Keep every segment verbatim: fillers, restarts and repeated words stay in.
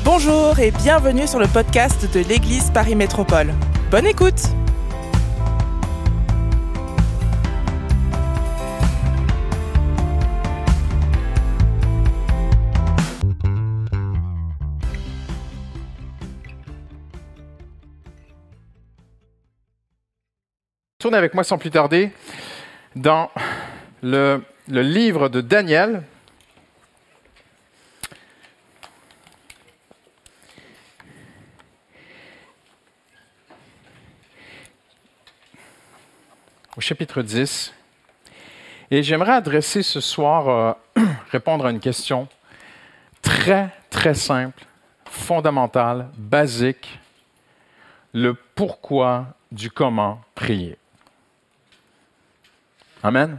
Bonjour et bienvenue sur le podcast de l'Église Paris Métropole. Bonne écoute! Tournez avec moi sans plus tarder dans le, le livre de Daniel. Au chapitre dix. Et j'aimerais adresser ce soir, euh, répondre à une question très, très simple, fondamentale, basique. Le pourquoi du comment prier. Amen.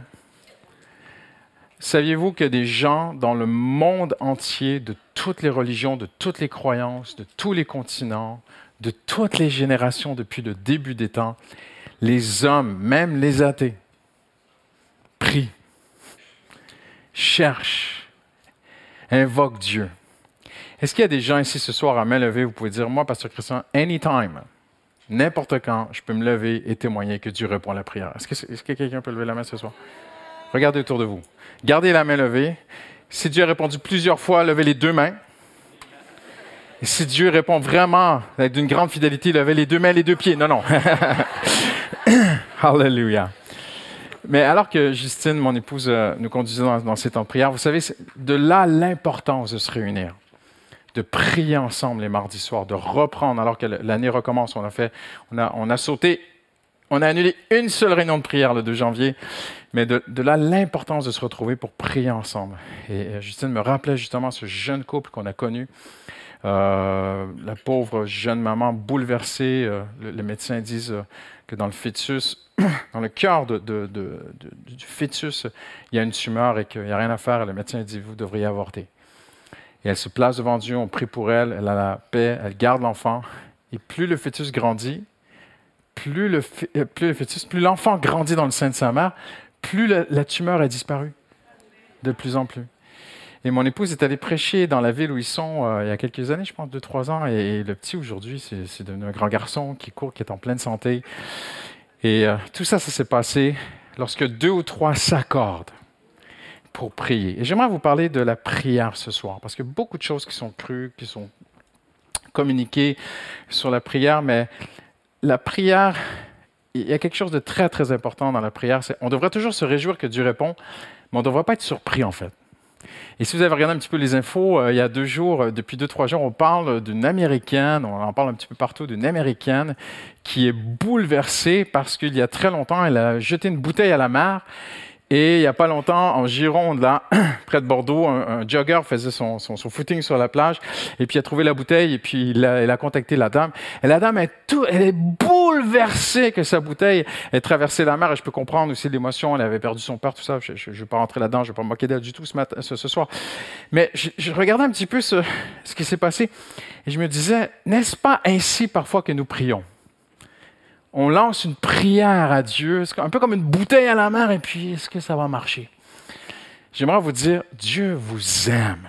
Saviez-vous que des gens dans le monde entier, de toutes les religions, de toutes les croyances, de tous les continents, de toutes les générations depuis le début des temps, les hommes, même les athées, prient, cherchent, invoquent Dieu. Est-ce qu'il y a des gens ici ce soir à main levée, vous pouvez dire, moi, Pasteur Christian, anytime, n'importe quand, je peux me lever et témoigner que Dieu répond à la prière. Est-ce que, est-ce que quelqu'un peut lever la main ce soir? Regardez autour de vous. Gardez la main levée. Si Dieu a répondu plusieurs fois, levez les deux mains. Et si Dieu répond vraiment avec d'une grande fidélité, levez les deux mains, les deux pieds. Non, non. Alléluia. Mais alors que Justine, mon épouse, euh, nous conduisait dans, dans ces temps de prière, vous savez, c'est de là l'importance de se réunir, de prier ensemble les mardis soirs, de reprendre alors que l'année recommence. On a fait, on a, on a sauté, on a annulé une seule réunion de prière le deux janvier, mais de, de là l'importance de se retrouver pour prier ensemble. Et, et Justine me rappelait justement ce jeune couple qu'on a connu, euh, la pauvre jeune maman bouleversée. Euh, le, les médecins disent euh, que dans le fœtus, dans le cœur de, de, de, de, du fœtus, il y a une tumeur et qu'il n'y a rien à faire. Le médecin dit, vous devriez avorter. Et elle se place devant Dieu, on prie pour elle, elle a la paix, elle garde l'enfant. Et plus le fœtus grandit, plus le, plus le fœtus, plus l'enfant grandit dans le sein de sa mère, plus la, la tumeur a disparu, de plus en plus. Et mon épouse est allée prêcher dans la ville où ils sont euh, il y a quelques années, je pense deux, trois ans. Et, et le petit aujourd'hui, c'est, c'est devenu un grand garçon qui court, qui est en pleine santé. Et euh, tout ça, ça s'est passé lorsque deux ou trois s'accordent pour prier. Et j'aimerais vous parler de la prière ce soir, parce que beaucoup de choses qui sont crues, qui sont communiquées sur la prière, mais la prière, il y a quelque chose de très, très important dans la prière. C'est, on devrait toujours se réjouir que Dieu répond, mais on ne devrait pas être surpris, en fait. Et si vous avez regardé un petit peu les infos, euh, il y a deux jours, euh, depuis deux, trois jours, on parle d'une Américaine, on en parle un petit peu partout, d'une Américaine qui est bouleversée parce qu'il y a très longtemps, elle a jeté une bouteille à la mer. Et il n'y a pas longtemps, en Gironde, là, près de Bordeaux, un, un jogger faisait son, son, son footing sur la plage, et puis il a trouvé la bouteille, et puis il a, il a contacté la dame. Et la dame, est tout, elle est bouleversée que sa bouteille ait traversé la mer, et je peux comprendre aussi l'émotion, elle avait perdu son père, tout ça. Je ne vais pas rentrer là-dedans, je ne vais pas me moquer d'elle du tout ce, matin, ce, ce soir. Mais je, je regardais un petit peu ce, ce qui s'est passé, et je me disais, n'est-ce pas ainsi parfois que nous prions? On lance une prière à Dieu, c'est un peu comme une bouteille à la mer, et puis est-ce que ça va marcher? J'aimerais vous dire, Dieu vous aime.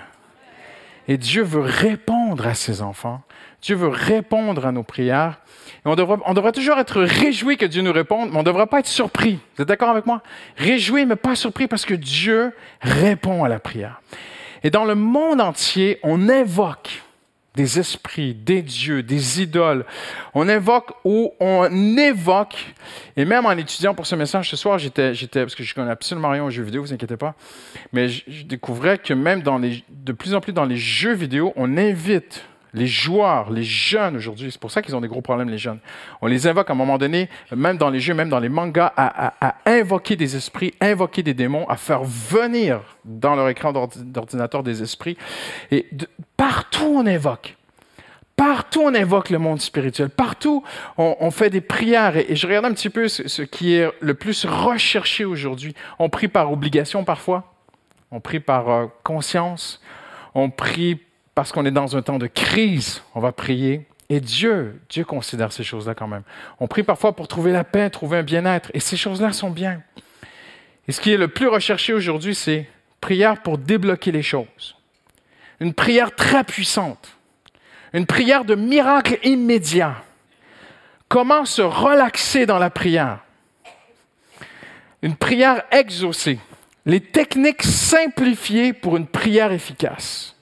Et Dieu veut répondre à ses enfants. Dieu veut répondre à nos prières. Et on devrait, on devrait toujours être réjoui que Dieu nous réponde, mais on ne devrait pas être surpris. Vous êtes d'accord avec moi? Réjoui, mais pas surpris, parce que Dieu répond à la prière. Et dans le monde entier, on invoque des esprits, des dieux, des idoles. On invoque ou on évoque, et même en étudiant pour ce message ce soir, j'étais, j'étais parce que je connais absolument rien aux jeux vidéo, vous inquiétez pas, mais je, je découvrais que même dans les, de plus en plus dans les jeux vidéo, on invite les joueurs, les jeunes aujourd'hui, c'est pour ça qu'ils ont des gros problèmes, les jeunes. On les invoque à un moment donné, même dans les jeux, même dans les mangas, à, à, à invoquer des esprits, invoquer des démons, à faire venir dans leur écran d'ordinateur des esprits. Et de, partout on invoque. Partout on invoque le monde spirituel. Partout on, on fait des prières. Et, et je regarde un petit peu ce, ce qui est le plus recherché aujourd'hui. On prie par obligation parfois. On prie par euh, conscience. On prie parce qu'on est dans un temps de crise, on va prier. Et Dieu, Dieu considère ces choses-là quand même. On prie parfois pour trouver la paix, trouver un bien-être. Et ces choses-là sont bien. Et ce qui est le plus recherché aujourd'hui, c'est prière pour débloquer les choses. Une prière très puissante. Une prière de miracle immédiat. Comment se relaxer dans la prière? Une prière exaucée. Les techniques simplifiées pour une prière efficace.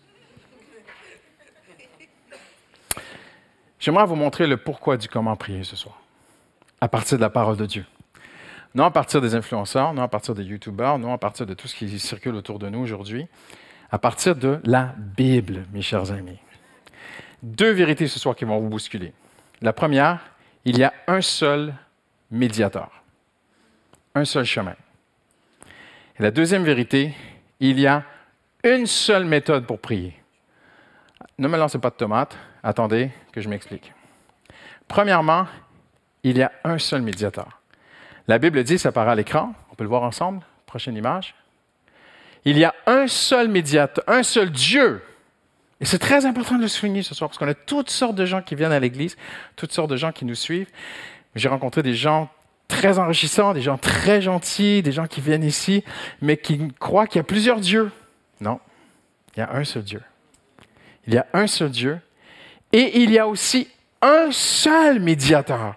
J'aimerais vous montrer le pourquoi du comment prier ce soir, à partir de la parole de Dieu. Non à partir des influenceurs, non à partir des youtubeurs, non à partir de tout ce qui circule autour de nous aujourd'hui, à partir de la Bible, mes chers amis. Deux vérités ce soir qui vont vous bousculer. La première, il y a un seul médiateur, un seul chemin. Et la deuxième vérité, il y a une seule méthode pour prier. Ne me lancez pas de tomates, attendez que je m'explique. Premièrement, il y a un seul médiateur. La Bible dit, ça apparaît à l'écran, on peut le voir ensemble, prochaine image. Il y a un seul médiateur, un seul Dieu. Et c'est très important de le souligner ce soir, parce qu'on a toutes sortes de gens qui viennent à l'Église, toutes sortes de gens qui nous suivent. J'ai rencontré des gens très enrichissants, des gens très gentils, des gens qui viennent ici, mais qui croient qu'il y a plusieurs dieux. Non, il y a un seul Dieu. Il y a un seul Dieu. Et il y a aussi un seul médiateur.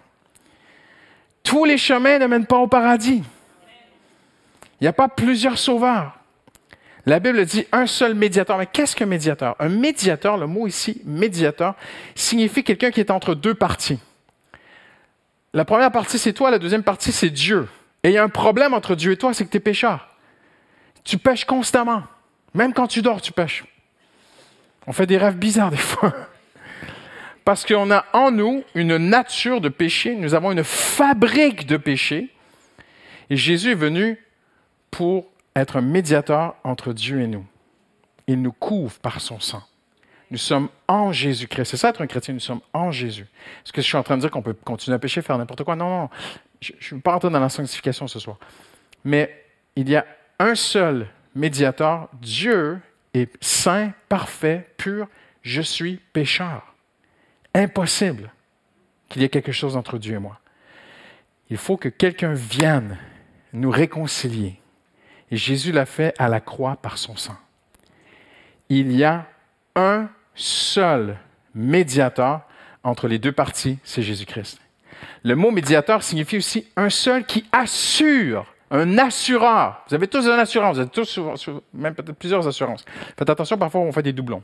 Tous les chemins ne mènent pas au paradis. Il n'y a pas plusieurs sauveurs. La Bible dit un seul médiateur. Mais qu'est-ce qu'un médiateur? Un médiateur, le mot ici, médiateur, signifie quelqu'un qui est entre deux parties. La première partie, c'est toi. La deuxième partie, c'est Dieu. Et il y a un problème entre Dieu et toi, c'est que tu es pécheur. Tu pêches constamment. Même quand tu dors, tu pêches. On fait des rêves bizarres des fois. Parce qu'on a en nous une nature de péché. Nous avons une fabrique de péché. Et Jésus est venu pour être un médiateur entre Dieu et nous. Il nous couvre par son sang. Nous sommes en Jésus-Christ. C'est ça être un chrétien, nous sommes en Jésus. Est-ce que je suis en train de dire qu'on peut continuer à pécher, faire n'importe quoi? Non, non, je ne suis pas entré dans la sanctification ce soir. Mais il y a un seul médiateur. Dieu est saint, parfait, pur. Je suis pécheur. Impossible qu'il y ait quelque chose entre Dieu et moi. Il faut que quelqu'un vienne nous réconcilier. Et Jésus l'a fait à la croix par son sang. Il y a un seul médiateur entre les deux parties, c'est Jésus-Christ. Le mot médiateur signifie aussi un seul qui assure, un assureur. Vous avez tous un assureur, vous avez tous sur, sur, même peut-être plusieurs assurances. Faites attention, parfois on fait des doublons.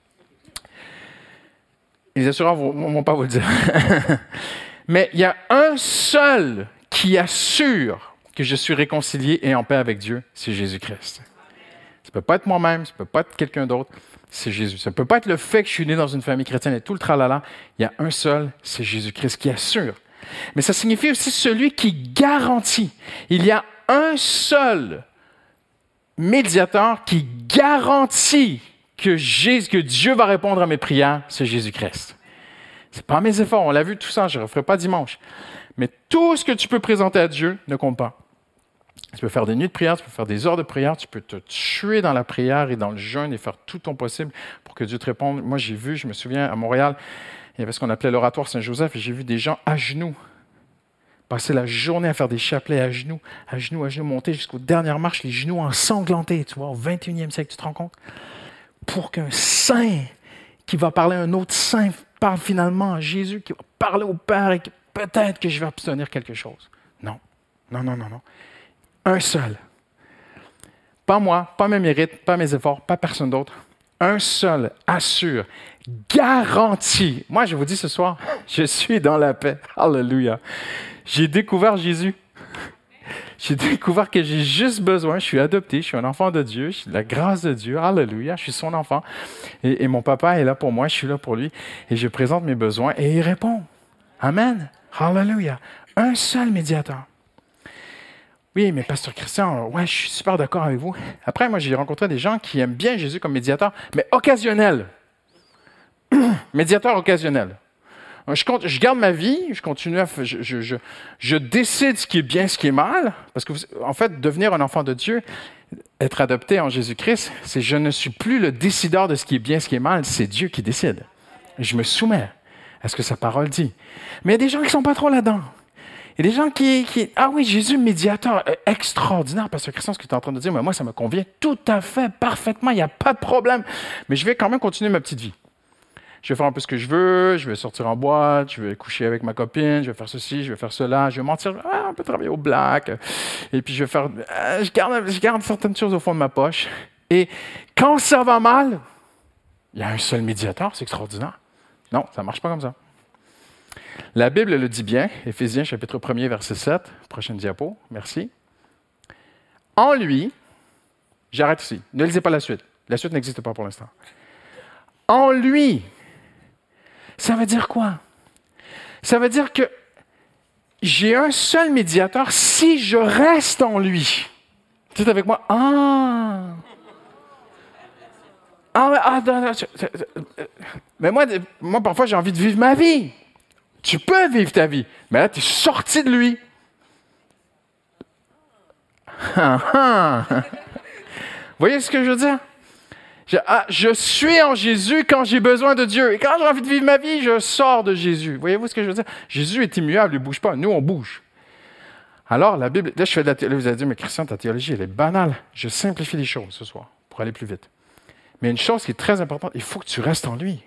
Les assureurs ne vont, vont pas vous le dire. Mais il y a un seul qui assure que je suis réconcilié et en paix avec Dieu, c'est Jésus-Christ. Ça ne peut pas être moi-même, ça ne peut pas être quelqu'un d'autre, c'est Jésus. Ça ne peut pas être le fait que je suis né dans une famille chrétienne et tout le tralala. Il y a un seul, c'est Jésus-Christ qui assure. Mais ça signifie aussi celui qui garantit. Il y a un seul médiateur qui garantit que, Jésus, que Dieu va répondre à mes prières, c'est Jésus-Christ. Ce n'est pas mes efforts, on l'a vu tout ça, je ne le referai pas dimanche. Mais tout ce que tu peux présenter à Dieu ne compte pas. Tu peux faire des nuits de prière, tu peux faire des heures de prière, tu peux te tuer dans la prière et dans le jeûne et faire tout ton possible pour que Dieu te réponde. Moi, j'ai vu, je me souviens, à Montréal, il y avait ce qu'on appelait l'oratoire Saint-Joseph et j'ai vu des gens à genoux passer la journée à faire des chapelets à genoux, à genoux, à genoux, monter jusqu'aux dernières marches, les genoux ensanglantés, tu vois, au vingt et unième siècle, tu te rends compte? Pour qu'un saint qui va parler à un autre saint parle finalement à Jésus, qui va parler au Père et que peut-être que je vais obtenir quelque chose. Non, non, non, non, non. Un seul. Pas moi, pas mes mérites, pas mes efforts, pas personne d'autre. Un seul assure, garantit. Moi, je vous dis ce soir, je suis dans la paix. Alléluia. J'ai découvert Jésus. J'ai découvert que j'ai juste besoin, je suis adopté, je suis un enfant de Dieu, je suis de la grâce de Dieu. Alléluia, je suis son enfant. Et, et mon papa est là pour moi, je suis là pour lui. Et je présente mes besoins et il répond. Amen. Alléluia. Un seul médiateur. Oui, mais pasteur Christian, ouais, je suis super d'accord avec vous. Après, moi, j'ai rencontré des gens qui aiment bien Jésus comme médiateur, mais occasionnel. Médiateur occasionnel. Je, compte, je garde ma vie, je continue à... Je, je, je, je décide ce qui est bien, ce qui est mal, parce que, vous, en fait, devenir un enfant de Dieu, être adopté en Jésus-Christ, c'est je ne suis plus le décideur de ce qui est bien, ce qui est mal, c'est Dieu qui décide. Je me soumets à ce que sa parole dit. Mais il y a des gens qui ne sont pas trop là-dedans. Il y a des gens qui, qui... Ah oui, Jésus, médiateur, extraordinaire, parce que Christian, ce que tu es en train de dire, mais moi, ça me convient tout à fait, parfaitement, il n'y a pas de problème. Mais je vais quand même continuer ma petite vie. Je vais faire un peu ce que je veux, je vais sortir en boîte, je vais coucher avec ma copine, je vais faire ceci, je vais faire cela, je vais mentir, ah, un peu travailler au black, et puis je vais faire... Euh, je, garde, je garde certaines choses au fond de ma poche. Et quand ça va mal, il y a un seul médiateur, c'est extraordinaire. Non, ça ne marche pas comme ça. La Bible le dit bien, Éphésiens chapitre premier, verset sept, prochaine diapo, merci. En lui, j'arrête ici, ne lisez pas la suite, la suite n'existe pas pour l'instant. En lui, ça veut dire quoi? Ça veut dire que j'ai un seul médiateur si je reste en lui. Tu es avec moi? Ah! Ah, ah, non, non, mais moi, moi, parfois, j'ai envie de vivre ma vie. Tu peux vivre ta vie, mais là, tu es sorti de lui. Ah, ah. Vous voyez ce que je veux dire? Je, ah, je suis en Jésus quand j'ai besoin de Dieu. Et quand j'ai envie de vivre ma vie, je sors de Jésus. Voyez-vous ce que je veux dire? Jésus est immuable, il ne bouge pas. Nous, on bouge. Alors, la Bible... Là, je fais de la théologie. Vous allez dire, mais Christian, ta théologie, elle est banale. Je simplifie les choses ce soir pour aller plus vite. Mais une chose qui est très importante, il faut que tu restes en lui.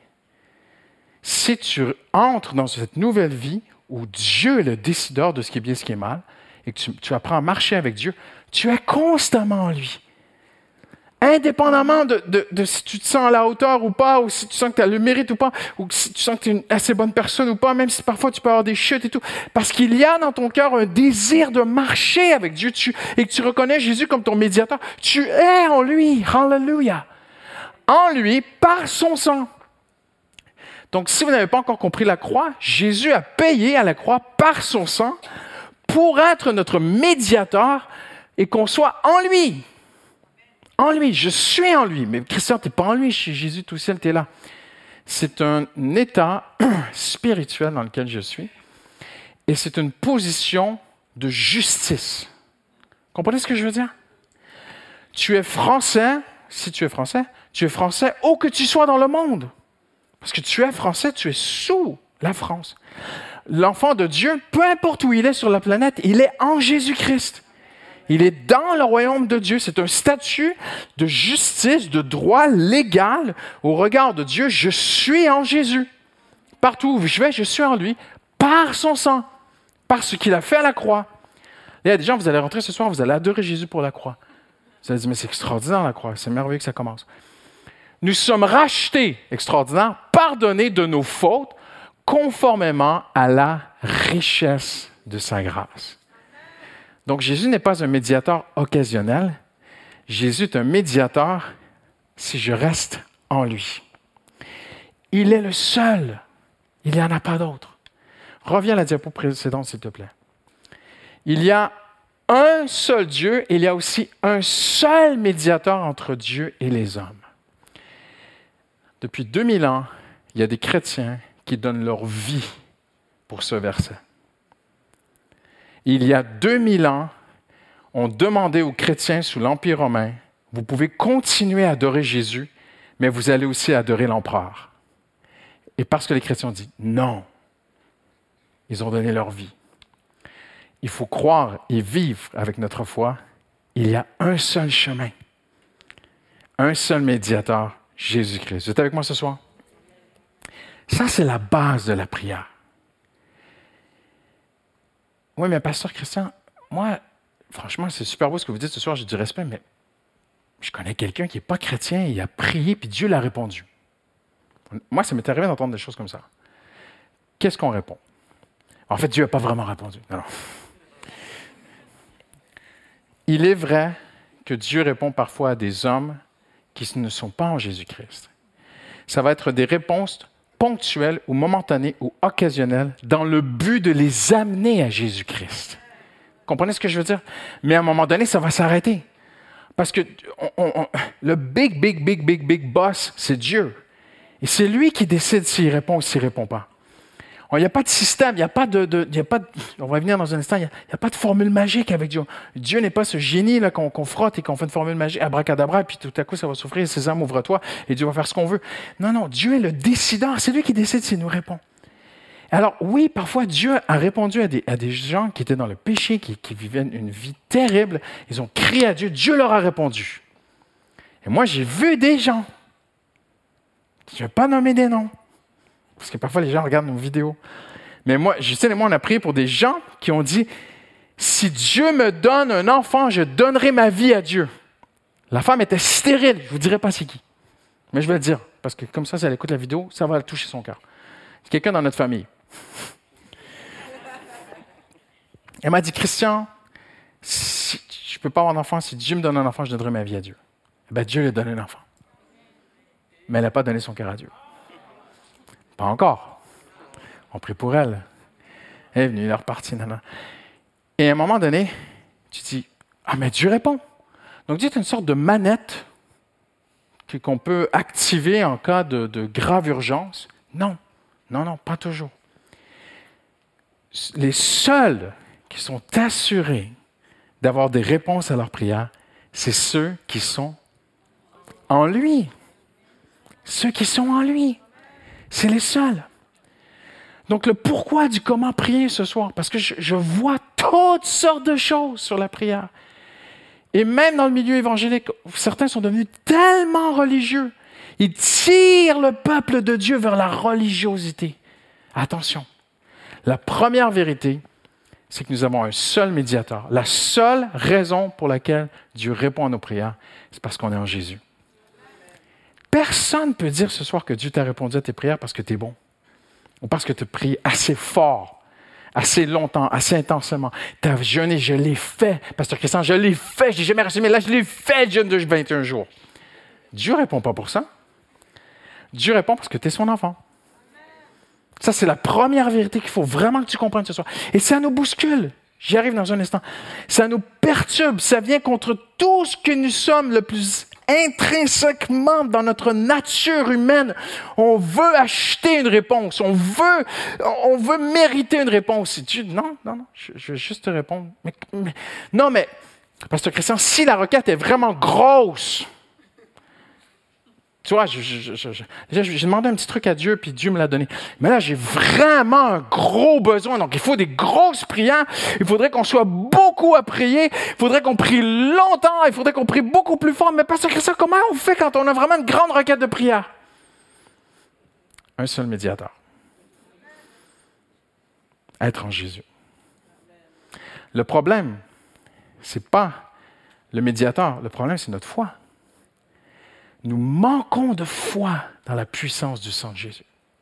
Si tu entres dans cette nouvelle vie où Dieu est le décideur de ce qui est bien et ce qui est mal, et que tu, tu apprends à marcher avec Dieu, tu es constamment en lui. Indépendamment de, de, de si tu te sens à la hauteur ou pas, ou si tu sens que tu as le mérite ou pas, ou si tu sens que tu es une assez bonne personne ou pas, même si parfois tu peux avoir des chutes et tout, parce qu'il y a dans ton cœur un désir de marcher avec Dieu tu, et que tu reconnais Jésus comme ton médiateur. Tu es en lui. Hallelujah. En lui, par son sang. Donc, si vous n'avez pas encore compris la croix, Jésus a payé à la croix par son sang pour être notre médiateur et qu'on soit en lui. En lui, je suis en lui. Mais Christian, tu n'es pas en lui, chez Jésus tout seul, tu es là. C'est un état spirituel dans lequel je suis et c'est une position de justice. Comprenez ce que je veux dire? Tu es français, si tu es français, tu es français où que tu sois dans le monde. Parce que tu es français, tu es sous la France. L'enfant de Dieu, peu importe où il est sur la planète, il est en Jésus-Christ. Il est dans le royaume de Dieu. C'est un statut de justice, de droit légal au regard de Dieu. Je suis en Jésus. Partout où je vais, je suis en lui, par son sang, par ce qu'il a fait à la croix. Il y a des gens, vous allez rentrer ce soir, vous allez adorer Jésus pour la croix. Vous allez dire, mais c'est extraordinaire la croix, c'est merveilleux que ça commence. Nous sommes rachetés, extraordinaire, pardonnés de nos fautes, conformément à la richesse de sa grâce. Donc, Jésus n'est pas un médiateur occasionnel. Jésus est un médiateur si je reste en lui. Il est le seul. Il n'y en a pas d'autre. Reviens à la diapo précédente, s'il te plaît. Il y a un seul Dieu et il y a aussi un seul médiateur entre Dieu et les hommes. Depuis deux mille ans, il y a des chrétiens qui donnent leur vie pour ce verset. Il y a deux mille ans, on demandait aux chrétiens sous l'Empire romain, vous pouvez continuer à adorer Jésus, mais vous allez aussi adorer l'empereur. Et parce que les chrétiens ont dit non, ils ont donné leur vie. Il faut croire et vivre avec notre foi. Il y a un seul chemin, un seul médiateur, Jésus-Christ. Vous êtes avec moi ce soir? Ça, c'est la base de la prière. Oui, mais pasteur Christian, moi, franchement, c'est super beau ce que vous dites ce soir, j'ai du respect, mais je connais quelqu'un qui n'est pas chrétien, il a prié, puis Dieu l'a répondu. Moi, ça m'est arrivé d'entendre des choses comme ça. Qu'est-ce qu'on répond? En fait, Dieu n'a pas vraiment répondu. Non, non. Il est vrai que Dieu répond parfois à des hommes qui ne sont pas en Jésus-Christ. Ça va être des réponses ponctuelles ou momentanées ou occasionnelles dans le but de les amener à Jésus-Christ. Comprenez ce que je veux dire? Mais à un moment donné, ça va s'arrêter. Parce que on, on, le big, big, big, big, big boss, c'est Dieu. Et c'est lui qui décide s'il répond ou s'il ne répond pas. Il n'y a pas de système, il n'y a pas de, de, y a pas de... On va venir dans un instant, il n'y a, a pas de formule magique avec Dieu. Dieu n'est pas ce génie là, qu'on, qu'on frotte et qu'on fait une formule magique, abracadabra, et puis tout à coup, ça va s'ouvrir, Sésame, ouvre-toi, et Dieu va faire ce qu'on veut. Non, non, Dieu est le décideur, c'est lui qui décide s'il nous répond. Alors oui, parfois, Dieu a répondu à des, à des gens qui étaient dans le péché, qui, qui vivaient une vie terrible. Ils ont crié à Dieu, Dieu leur a répondu. Et moi, j'ai vu des gens, je ne vais pas nommer des noms, Parce que parfois, les gens regardent nos vidéos. Mais moi, Justine et moi, on a prié pour des gens qui ont dit, si Dieu me donne un enfant, je donnerai ma vie à Dieu. La femme était stérile. Je ne vous dirai pas c'est qui. Mais je vais le dire. Parce que comme ça, si elle écoute la vidéo, ça va toucher son cœur. C'est quelqu'un dans notre famille. Elle m'a dit, Christian, si, je ne peux pas avoir d'enfant. Si Dieu me donne un enfant, je donnerai ma vie à Dieu. Eh bien, Dieu lui a donné un enfant. Mais elle n'a pas donné son cœur à Dieu. Pas encore. On prie pour elle. Elle est venue, elle est repartie. Nana. Et à un moment donné, tu dis, ah, mais Dieu répond. Donc, Dieu est une sorte de manette qu'on peut activer en cas de, de grave urgence. Non, non, non, pas toujours. Les seuls qui sont assurés d'avoir des réponses à leurs prières, c'est ceux qui sont en lui. Ceux qui sont en lui. C'est les seuls. Donc, le pourquoi du comment prier ce soir, parce que je, je vois toutes sortes de choses sur la prière. Et même dans le milieu évangélique, certains sont devenus tellement religieux. Ils tirent le peuple de Dieu vers la religiosité. Attention, la première vérité, c'est que nous avons un seul médiateur. La seule raison pour laquelle Dieu répond à nos prières, c'est parce qu'on est en Jésus. Personne ne peut dire ce soir que Dieu t'a répondu à tes prières parce que tu es bon. Ou parce que tu pries assez fort, assez longtemps, assez intensément. Tu as jeûné, je l'ai fait. Pasteur Christian, je l'ai fait. Je n'ai jamais reçu, mais là, je l'ai fait, le jeûne de vingt et un jours. Dieu ne répond pas pour ça. Dieu répond parce que tu es son enfant. Ça, c'est la première vérité qu'il faut vraiment que tu comprennes ce soir. Et ça nous bouscule. J'y arrive dans un instant. Ça nous perturbe. Ça vient contre tout ce que nous sommes le plus intrinsèquement dans notre nature humaine. On veut acheter une réponse. On veut, on veut mériter une réponse. Si Dieu, non, non, non, je, je vais juste te répondre. Mais, mais, non, mais, Pasteur Christian, si la requête est vraiment grosse, tu vois, je, je, je, je, j'ai demandé un petit truc à Dieu, puis Dieu me l'a donné. Mais là, j'ai vraiment un gros besoin. Donc, il faut des grosses prières. Il faudrait qu'on soit beaucoup à prier. Il faudrait qu'on prie longtemps. Il faudrait qu'on prie beaucoup plus fort. Mais Pasteur Christian, comment on fait quand on a vraiment une grande requête de prière? Un seul médiateur. Être en Jésus. Le problème, ce n'est pas le médiateur. Le problème, c'est notre foi. Nous manquons de foi dans la puissance du sang de Jésus.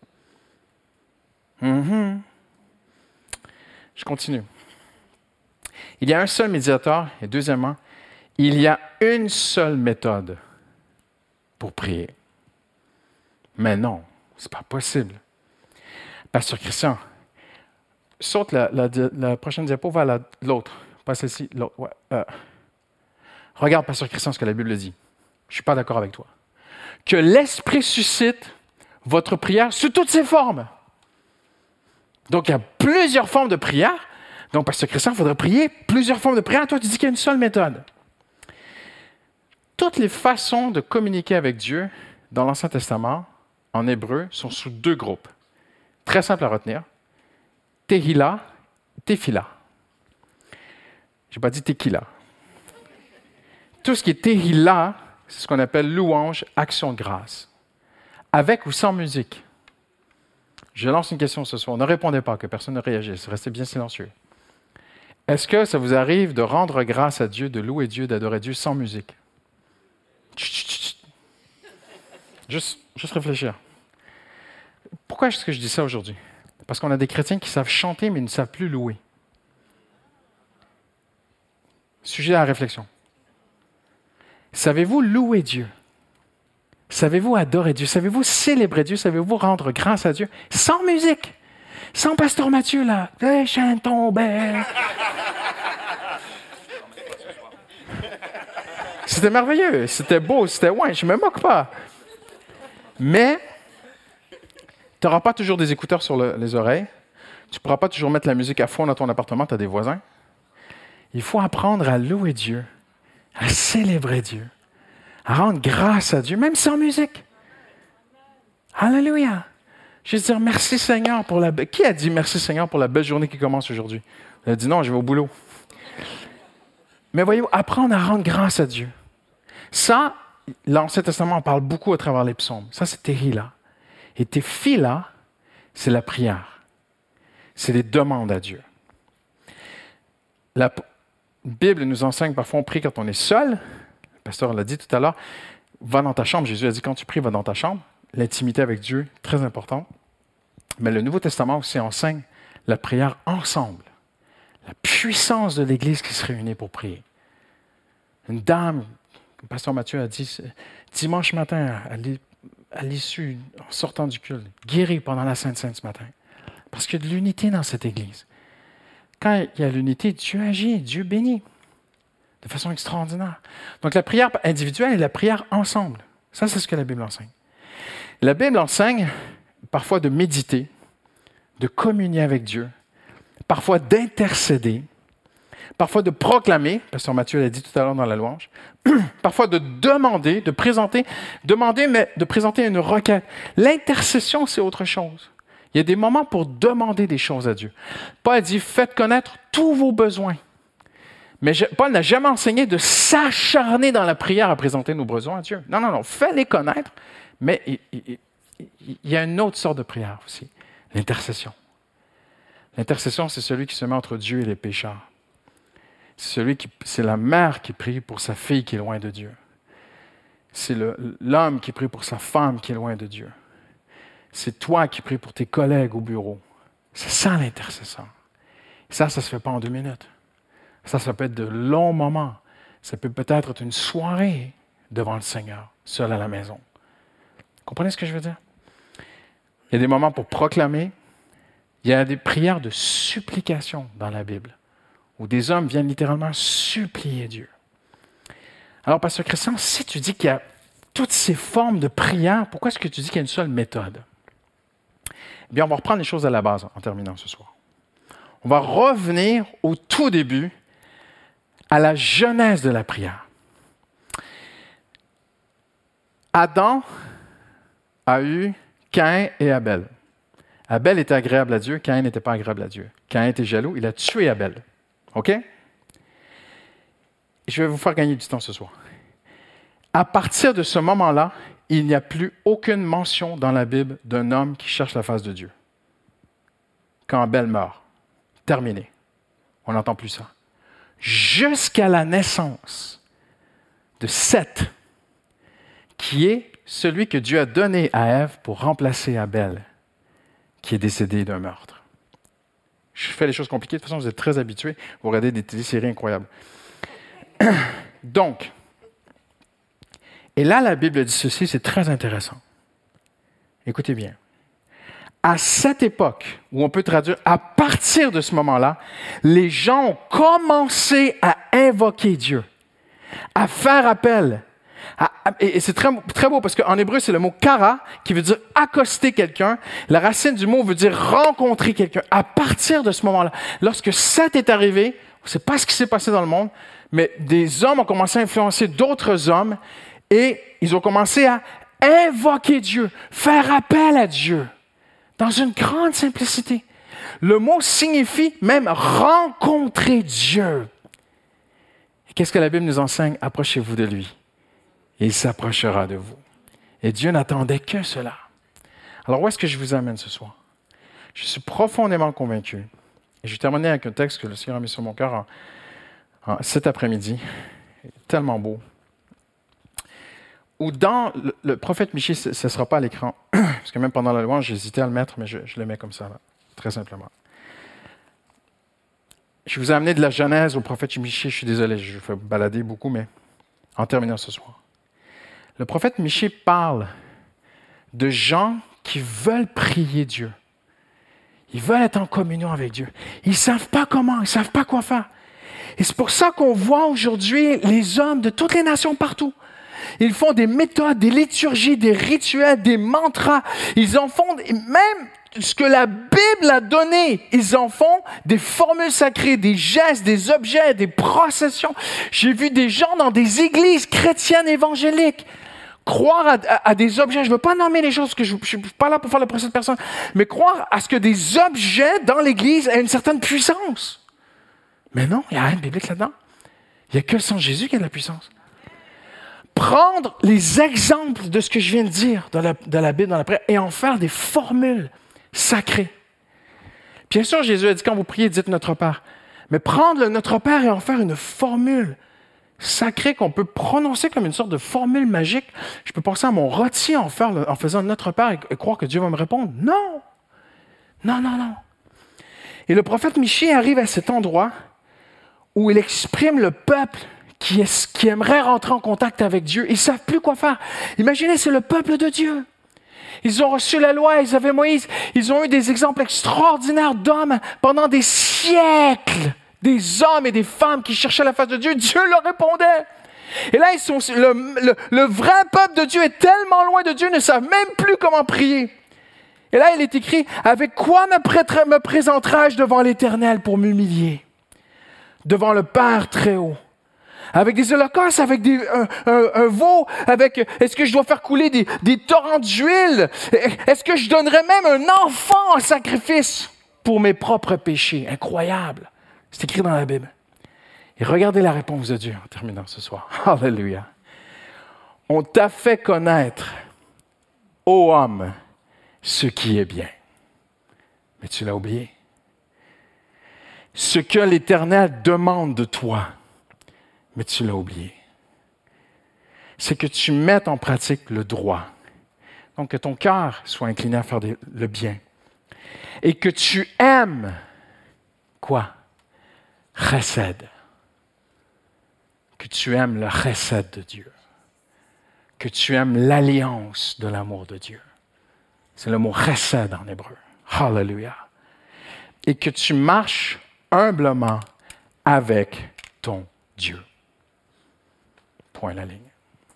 Mm-hmm. Je continue. Il y a un seul médiateur et deuxièmement, il y a une seule méthode pour prier. Mais non, ce n'est pas possible. Pasteur Christian, saute la, la, la prochaine diapo, va à l'autre. Pas celle-ci, l'autre. Ouais. Euh. Regarde, Pasteur Christian, ce que la Bible dit. Je ne suis pas d'accord avec toi. Que l'Esprit suscite votre prière sous toutes ses formes. Donc, il y a plusieurs formes de prière. Donc, Pasteur Christian, il faudrait prier plusieurs formes de prière. Toi, tu dis qu'il y a une seule méthode. Toutes les façons de communiquer avec Dieu dans l'Ancien Testament, en hébreu, sont sous deux groupes. Très simple à retenir. Tehillah, Tefila. Je n'ai pas dit tequila. Tout ce qui est Tehillah, c'est ce qu'on appelle louange, action de grâce. Avec ou sans musique. Je lance une question ce soir. Ne répondez pas, que personne ne réagisse. Restez bien silencieux. Est-ce que ça vous arrive de rendre grâce à Dieu, de louer Dieu, d'adorer Dieu sans musique? Chut, chut, chut. Juste, juste réfléchir. Pourquoi est-ce que je dis ça aujourd'hui? Parce qu'on a des chrétiens qui savent chanter, mais ils ne savent plus louer. Sujet à la réflexion. Savez-vous louer Dieu? Savez-vous adorer Dieu? Savez-vous célébrer Dieu? Savez-vous rendre grâce à Dieu? Sans musique! Sans Pasteur Mathieu, là. Les chiens tombaient. C'était merveilleux, c'était beau, c'était ouais, je ne me moque pas. Mais, tu n'auras pas toujours des écouteurs sur le, les oreilles. Tu ne pourras pas toujours mettre la musique à fond dans ton appartement, tu as des voisins. Il faut apprendre à louer Dieu, à célébrer Dieu, à rendre grâce à Dieu, même sans musique. Alléluia! Juste dire merci Seigneur pour la... Be... Qui a dit merci Seigneur pour la belle journée qui commence aujourd'hui? Il a dit non, je vais au boulot. Mais voyez-vous, apprendre à rendre grâce à Dieu. Ça, l'Ancien Testament en parle beaucoup à travers les psaumes. Ça, c'est Tehillah. Et Tefila, c'est la prière. C'est les demandes à Dieu. La Bible nous enseigne, parfois on prie quand on est seul. Le pasteur l'a dit tout à l'heure. Va dans ta chambre. Jésus a dit, quand tu pries, va dans ta chambre. L'intimité avec Dieu, très important. Mais le Nouveau Testament aussi enseigne la prière ensemble. La puissance de l'Église qui se réunit pour prier. Une dame, comme pasteur Mathieu a dit, dimanche matin, à l'issue, en sortant du culte, guérie pendant la Sainte Sainte ce matin. Parce qu'il y a de l'unité dans cette Église. Quand il y a l'unité, Dieu agit, Dieu bénit de façon extraordinaire. Donc la prière individuelle et la prière ensemble. Ça, c'est ce que la Bible enseigne. La Bible enseigne parfois de méditer, de communier avec Dieu, parfois d'intercéder, parfois de proclamer, pasteur Mathieu l'a dit tout à l'heure dans la louange, parfois de demander, de présenter, demander, mais de présenter une requête. L'intercession, c'est autre chose. Il y a des moments pour demander des choses à Dieu. Paul dit, faites connaître tous vos besoins. Mais je, Paul n'a jamais enseigné de s'acharner dans la prière à présenter nos besoins à Dieu. Non, non, non, fais-les connaître, mais il, il, il y a une autre sorte de prière aussi, l'intercession. L'intercession, c'est celui qui se met entre Dieu et les pécheurs. C'est, celui qui, c'est la mère qui prie pour sa fille qui est loin de Dieu. C'est le, l'homme qui prie pour sa femme qui est loin de Dieu. C'est toi qui pries pour tes collègues au bureau. C'est ça l'intercession. Ça, ça ne se fait pas en deux minutes. Ça, ça peut être de longs moments. Ça peut peut-être être une soirée devant le Seigneur, seul à la maison. Comprenez ce que je veux dire? Il y a des moments pour proclamer. Il y a des prières de supplication dans la Bible, où des hommes viennent littéralement supplier Dieu. Alors, pasteur Christian, si tu dis qu'il y a toutes ces formes de prière, pourquoi est-ce que tu dis qu'il y a une seule méthode? Eh bien, on va reprendre les choses à la base en terminant ce soir. On va revenir au tout début, à la genèse de la prière. Adam a eu Caïn et Abel. Abel était agréable à Dieu, Caïn n'était pas agréable à Dieu. Caïn était jaloux, il a tué Abel. OK? Je vais vous faire gagner du temps ce soir. À partir de ce moment-là, il n'y a plus aucune mention dans la Bible d'un homme qui cherche la face de Dieu. Quand Abel meurt, terminé. On n'entend plus ça. Jusqu'à la naissance de Seth, qui est celui que Dieu a donné à Ève pour remplacer Abel, qui est décédé d'un meurtre. Je fais les choses compliquées, de toute façon, vous êtes très habitués. Vous regardez des téléséries incroyables. Donc, et là, la Bible dit ceci, c'est très intéressant. Écoutez bien. À cette époque, où on peut traduire à partir de ce moment-là, les gens ont commencé à invoquer Dieu, à faire appel. À, à, et c'est très, très beau parce qu'en hébreu, c'est le mot kara qui veut dire accoster quelqu'un. La racine du mot veut dire rencontrer quelqu'un. À partir de ce moment-là, lorsque Seth est arrivé, on ne sait pas ce qui s'est passé dans le monde, mais des hommes ont commencé à influencer d'autres hommes et ils ont commencé à invoquer Dieu, faire appel à Dieu. Dans une grande simplicité. Le mot signifie même rencontrer Dieu. Et qu'est-ce que la Bible nous enseigne? Approchez-vous de lui. Et il s'approchera de vous. Et Dieu n'attendait que cela. Alors, où est-ce que je vous amène ce soir? Je suis profondément convaincu. Et je vais terminer avec un texte que le Seigneur a mis sur mon cœur en, en, cet après-midi. Tellement beau. Ou dans le, le prophète Michée, ce ne sera pas à l'écran, parce que même pendant la louange, j'hésitais à le mettre, mais je, je le mets comme ça, là, très simplement. Je vous ai amené de la Genèse au prophète Michée, je suis désolé, je vous fais balader beaucoup, mais en terminant ce soir. Le prophète Michée parle de gens qui veulent prier Dieu. Ils veulent être en communion avec Dieu. Ils ne savent pas comment, ils ne savent pas quoi faire. Et c'est pour ça qu'on voit aujourd'hui les hommes de toutes les nations partout. Ils font des méthodes, des liturgies, des rituels, des mantras. Ils en font même ce que la Bible a donné. Ils en font des formules sacrées, des gestes, des objets, des processions. J'ai vu des gens dans des églises chrétiennes évangéliques croire à, à, à des objets. Je ne veux pas nommer les choses, parce que je ne suis pas là pour faire le procès de personne, mais croire à ce que des objets dans l'église aient une certaine puissance. Mais non, il n'y a rien de biblique là-dedans. Il n'y a que le sang de Jésus qui a de la puissance. Prendre les exemples de ce que je viens de dire dans la, dans la Bible, dans la prière, et en faire des formules sacré. Bien sûr, Jésus a dit, quand vous priez, dites Notre Père. Mais prendre le Notre Père et en faire une formule sacrée qu'on peut prononcer comme une sorte de formule magique. Je peux penser à mon rôti en, faire le, en faisant Notre Père et, et croire que Dieu va me répondre. Non! Non, non, non. Et le prophète Michée arrive à cet endroit où il exprime le peuple qui, est, qui aimerait rentrer en contact avec Dieu. Ils ne savent plus quoi faire. Imaginez, c'est le peuple de Dieu. Ils ont reçu la loi, ils avaient Moïse. Ils ont eu des exemples extraordinaires d'hommes pendant des siècles. Des hommes et des femmes qui cherchaient la face de Dieu. Dieu leur répondait. Et là, ils sont, le, le, le vrai peuple de Dieu est tellement loin de Dieu, ils ne savent même plus comment prier. Et là, il est écrit, « Avec quoi me, prêterai, me présenterai-je devant l'Éternel pour m'humilier? Devant le Père très haut. Avec des holocaustes, avec des, un, un, un veau, avec, est-ce que je dois faire couler des, des torrents d'huile? Est-ce que je donnerais même un enfant en sacrifice pour mes propres péchés? » Incroyable. C'est écrit dans la Bible. Et regardez la réponse de Dieu en terminant ce soir. Alléluia. On t'a fait connaître, ô homme, ce qui est bien. Mais tu l'as oublié. Ce que l'Éternel demande de toi, mais tu l'as oublié. C'est que tu mettes en pratique le droit. Donc que ton cœur soit incliné à faire des, le bien. Et que tu aimes quoi? Chesed. Que tu aimes le chesed de Dieu. Que tu aimes l'alliance de l'amour de Dieu. C'est le mot chesed en hébreu. Hallelujah. Et que tu marches humblement avec ton Dieu. Point la ligne.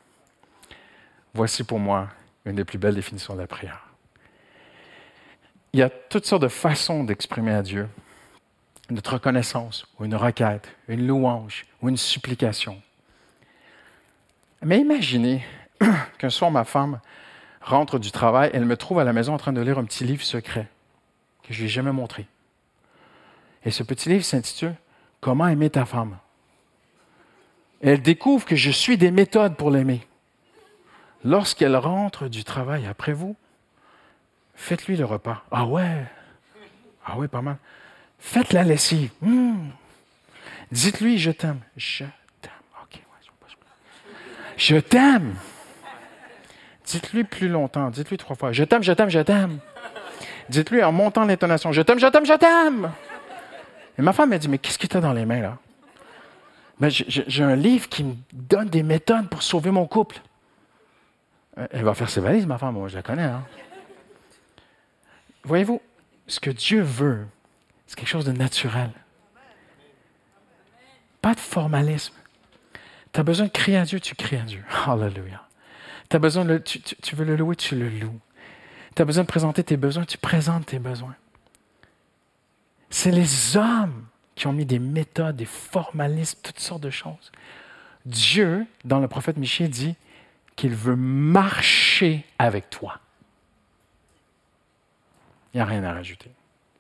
Voici pour moi une des plus belles définitions de la prière. Il y a toutes sortes de façons d'exprimer à Dieu notre reconnaissance, ou une requête, une louange, ou une supplication. Mais imaginez qu'un soir, ma femme rentre du travail, elle me trouve à la maison en train de lire un petit livre secret que je ne lui ai jamais montré. Et ce petit livre s'intitule « Comment aimer ta femme ». Et elle découvre que je suis des méthodes pour l'aimer. Lorsqu'elle rentre du travail après vous, faites-lui le repas. Ah ouais? Ah ouais, pas mal. Faites la lessive. Mmh. Dites-lui, je t'aime. Je t'aime. OK. Je t'aime. Dites-lui plus longtemps. Dites-lui trois fois. Je t'aime, je t'aime, je t'aime. Dites-lui en montant l'intonation. Je t'aime, je t'aime, je t'aime. Et ma femme m'a dit, mais qu'est-ce que tu as dans les mains, là? Ben, j'ai, j'ai un livre qui me donne des méthodes pour sauver mon couple. Elle va faire ses valises, ma femme. Moi, je la connais. Hein? Voyez-vous, ce que Dieu veut, c'est quelque chose de naturel. Pas de formalisme. Tu as besoin de crier à Dieu, tu cries à Dieu. Hallelujah. Tu as besoin de le, tu, tu, tu veux le louer, tu le loues. Tu as besoin de présenter tes besoins, tu présentes tes besoins. C'est les hommes qui ont mis des méthodes, des formalismes, toutes sortes de choses. Dieu, dans le prophète Michée, dit qu'il veut marcher avec toi. Il n'y a rien à rajouter.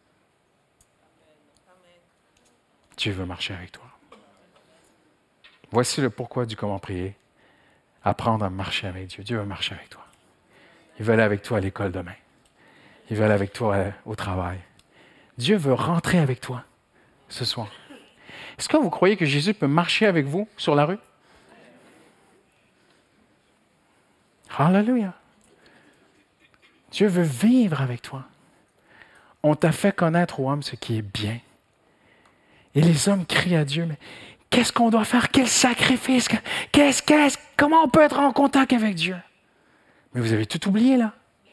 Dieu veut marcher avec toi. Voici le pourquoi du comment prier. Apprendre à marcher avec Dieu. Dieu veut marcher avec toi. Il veut aller avec toi à l'école demain. Il veut aller avec toi au travail. Dieu veut rentrer avec toi ce soir. Est-ce que vous croyez que Jésus peut marcher avec vous sur la rue? Hallelujah. Dieu veut vivre avec toi. On t'a fait connaître aux hommes ce qui est bien. Et les hommes crient à Dieu, mais qu'est-ce qu'on doit faire? Quel sacrifice? Qu'est-ce, qu'est-ce, comment on peut être en contact avec Dieu? Mais vous avez tout oublié là.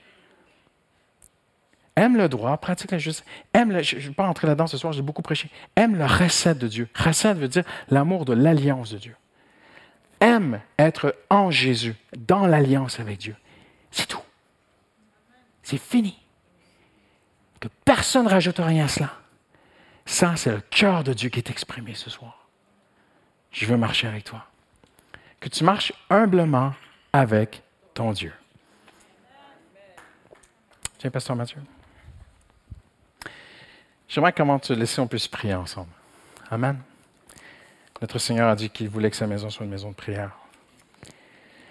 Aime le droit, pratique la justice. Aime le, je ne vais pas rentrer là-dedans ce soir, j'ai beaucoup prêché. Aime le chesed de Dieu. Chesed veut dire l'amour de l'alliance de Dieu. Aime être en Jésus, dans l'alliance avec Dieu. C'est tout. C'est fini. Que personne ne rajoute rien à cela. Ça, c'est le cœur de Dieu qui est exprimé ce soir. Je veux marcher avec toi. Que tu marches humblement avec ton Dieu. Tiens, Pasteur Mathieu. J'aimerais comment te laisser, on puisse prier ensemble. Amen. Notre Seigneur a dit qu'il voulait que sa maison soit une maison de prière.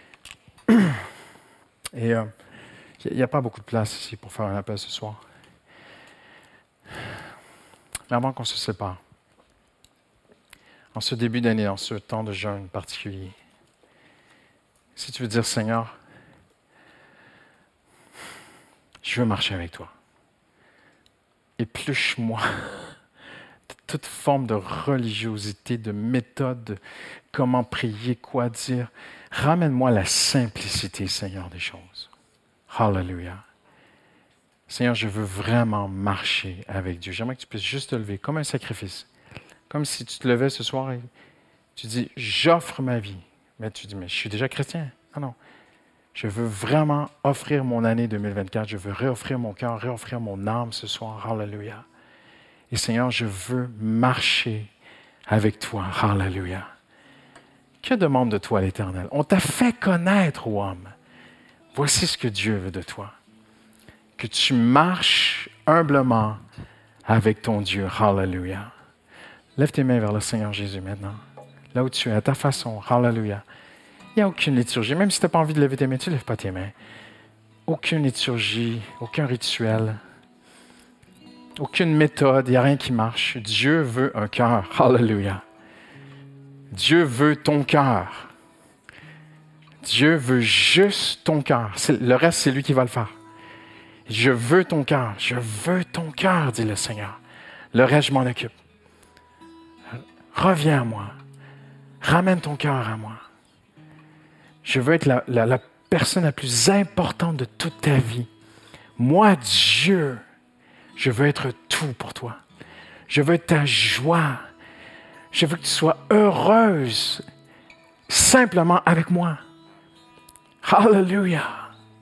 Et il euh, n'y a pas beaucoup de place ici pour faire un appel ce soir. Mais avant qu'on se sépare, en ce début d'année, en ce temps de jeûne particulier, si tu veux dire, Seigneur, je veux marcher avec toi. Épluche-moi de toute forme de religiosité, de méthode, de comment prier, quoi dire. Ramène-moi la simplicité, Seigneur, des choses. Hallelujah. Seigneur, je veux vraiment marcher avec Dieu. J'aimerais que tu puisses juste te lever comme un sacrifice. Comme si tu te levais ce soir et tu dis, j'offre ma vie. Mais tu dis, mais je suis déjà chrétien. Non, non. Je veux vraiment offrir mon année deux mille vingt-quatre. Je veux réoffrir mon cœur, réoffrir mon âme ce soir. Hallelujah. Et Seigneur, je veux marcher avec toi. Hallelujah. Que demande de toi l'Éternel? On t'a fait connaître, ô homme. Voici ce que Dieu veut de toi. Que tu marches humblement avec ton Dieu. Hallelujah. Lève tes mains vers le Seigneur Jésus maintenant. Là où tu es, à ta façon. Hallelujah. Il n'y a aucune liturgie. Même si tu n'as pas envie de lever tes mains, tu ne lèves pas tes mains. Aucune liturgie, aucun rituel, aucune méthode, il n'y a rien qui marche. Dieu veut un cœur. Hallelujah. Dieu veut ton cœur. Dieu veut juste ton cœur. C'est, le reste, c'est lui qui va le faire. Je veux ton cœur. Je veux ton cœur, dit le Seigneur. Le reste, je m'en occupe. Reviens à moi. Ramène ton cœur à moi. Je veux être la, la, la personne la plus importante de toute ta vie. Moi, Dieu, je veux être tout pour toi. Je veux être ta joie. Je veux que tu sois heureuse simplement avec moi. Hallelujah.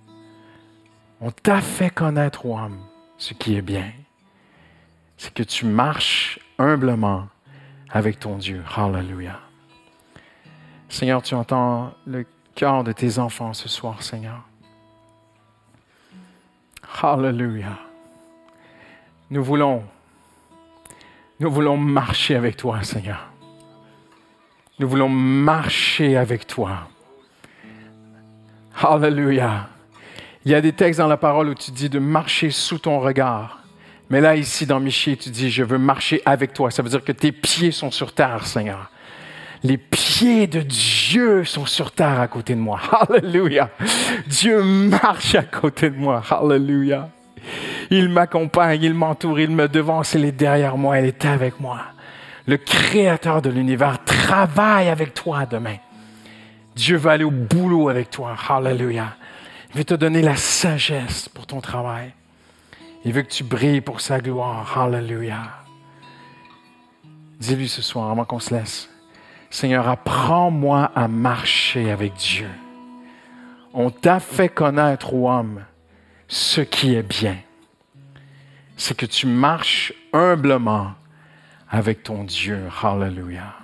On t'a fait connaître, ô homme, ce qui est bien. C'est que tu marches humblement avec ton Dieu. Hallelujah. Seigneur, tu entends le cœur de tes enfants ce soir, Seigneur. Hallelujah. Nous voulons, nous voulons marcher avec toi, Seigneur. Nous voulons marcher avec toi. Hallelujah. Il y a des textes dans la parole où tu dis de marcher sous ton regard. Mais là, ici, dans Michée, tu dis, je veux marcher avec toi. Ça veut dire que tes pieds sont sur terre, Seigneur. Les pieds de Dieu sont sur terre à côté de moi. Hallelujah. Dieu marche à côté de moi. Hallelujah. Il m'accompagne, il m'entoure, il me devance, il est derrière moi, il est avec moi. Le Créateur de l'univers travaille avec toi demain. Dieu va aller au boulot avec toi. Hallelujah. Il veut te donner la sagesse pour ton travail. Il veut que tu brilles pour sa gloire. Hallelujah. Dis-lui ce soir, avant qu'on se laisse. Seigneur, apprends-moi à marcher avec Dieu. On t'a fait connaître, ô homme, ce qui est bien. C'est que tu marches humblement avec ton Dieu. Hallelujah.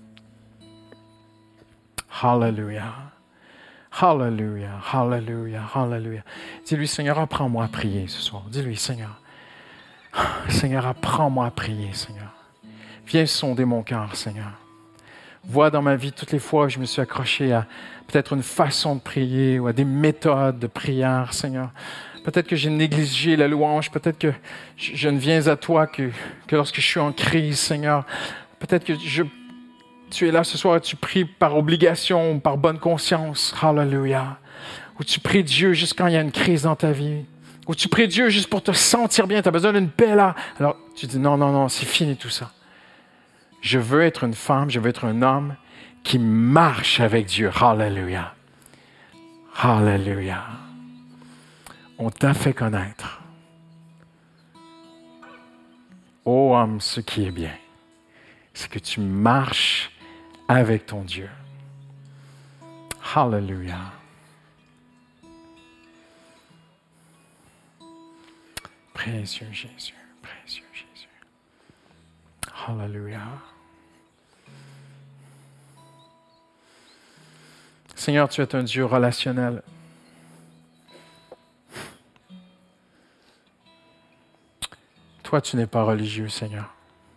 Hallelujah. Hallelujah. Hallelujah. Hallelujah. Dis-lui, Seigneur, apprends-moi à prier ce soir. Dis-lui, Seigneur. Seigneur, apprends-moi à prier, Seigneur. Viens sonder mon cœur, Seigneur. Vois dans ma vie toutes les fois où je me suis accroché à peut-être une façon de prier ou à des méthodes de prière, Seigneur. Peut-être que j'ai négligé la louange. Peut-être que je ne viens à toi que, que lorsque je suis en crise, Seigneur. Peut-être que je, tu es là ce soir et tu pries par obligation ou par bonne conscience. Hallelujah. Ou tu pries Dieu juste quand il y a une crise dans ta vie. Ou tu pries Dieu juste pour te sentir bien. Tu as besoin d'une paix là. Alors tu dis non, non, non, c'est fini tout ça. Je veux être une femme, je veux être un homme qui marche avec Dieu. Hallelujah. Hallelujah. On t'a fait connaître, ô homme, ce qui est bien. C'est que tu marches avec ton Dieu. Hallelujah. Précieux Jésus, précieux Jésus. Hallelujah. Seigneur, tu es un Dieu relationnel. Toi, tu n'es pas religieux, Seigneur.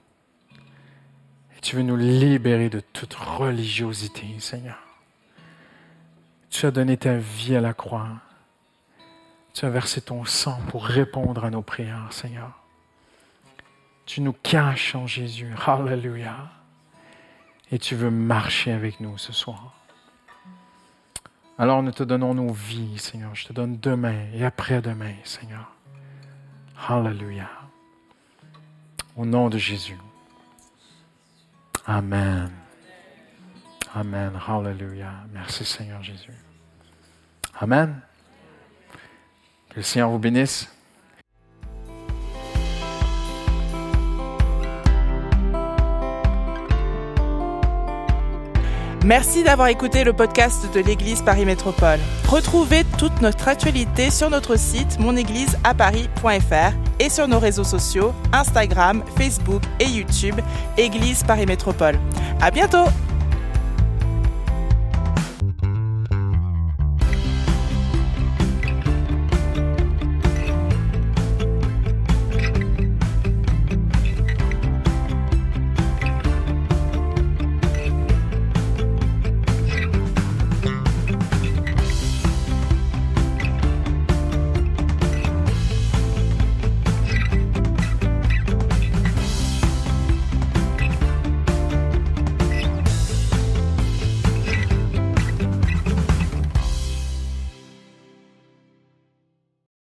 Et tu veux nous libérer de toute religiosité, Seigneur. Tu as donné ta vie à la croix. Tu as versé ton sang pour répondre à nos prières, Seigneur. Tu nous caches en Jésus. Alléluia. Et tu veux marcher avec nous ce soir. Alors nous te donnons nos vies, Seigneur. Je te donne demain et après-demain, Seigneur. Alléluia. Au nom de Jésus. Amen. Amen. Alléluia. Merci, Seigneur Jésus. Amen. Que le Seigneur vous bénisse. Merci d'avoir écouté le podcast de l'Église Paris Métropole. Retrouvez toute notre actualité sur notre site mon église à paris point f r et sur nos réseaux sociaux Instagram, Facebook et YouTube, Église Paris Métropole. À bientôt!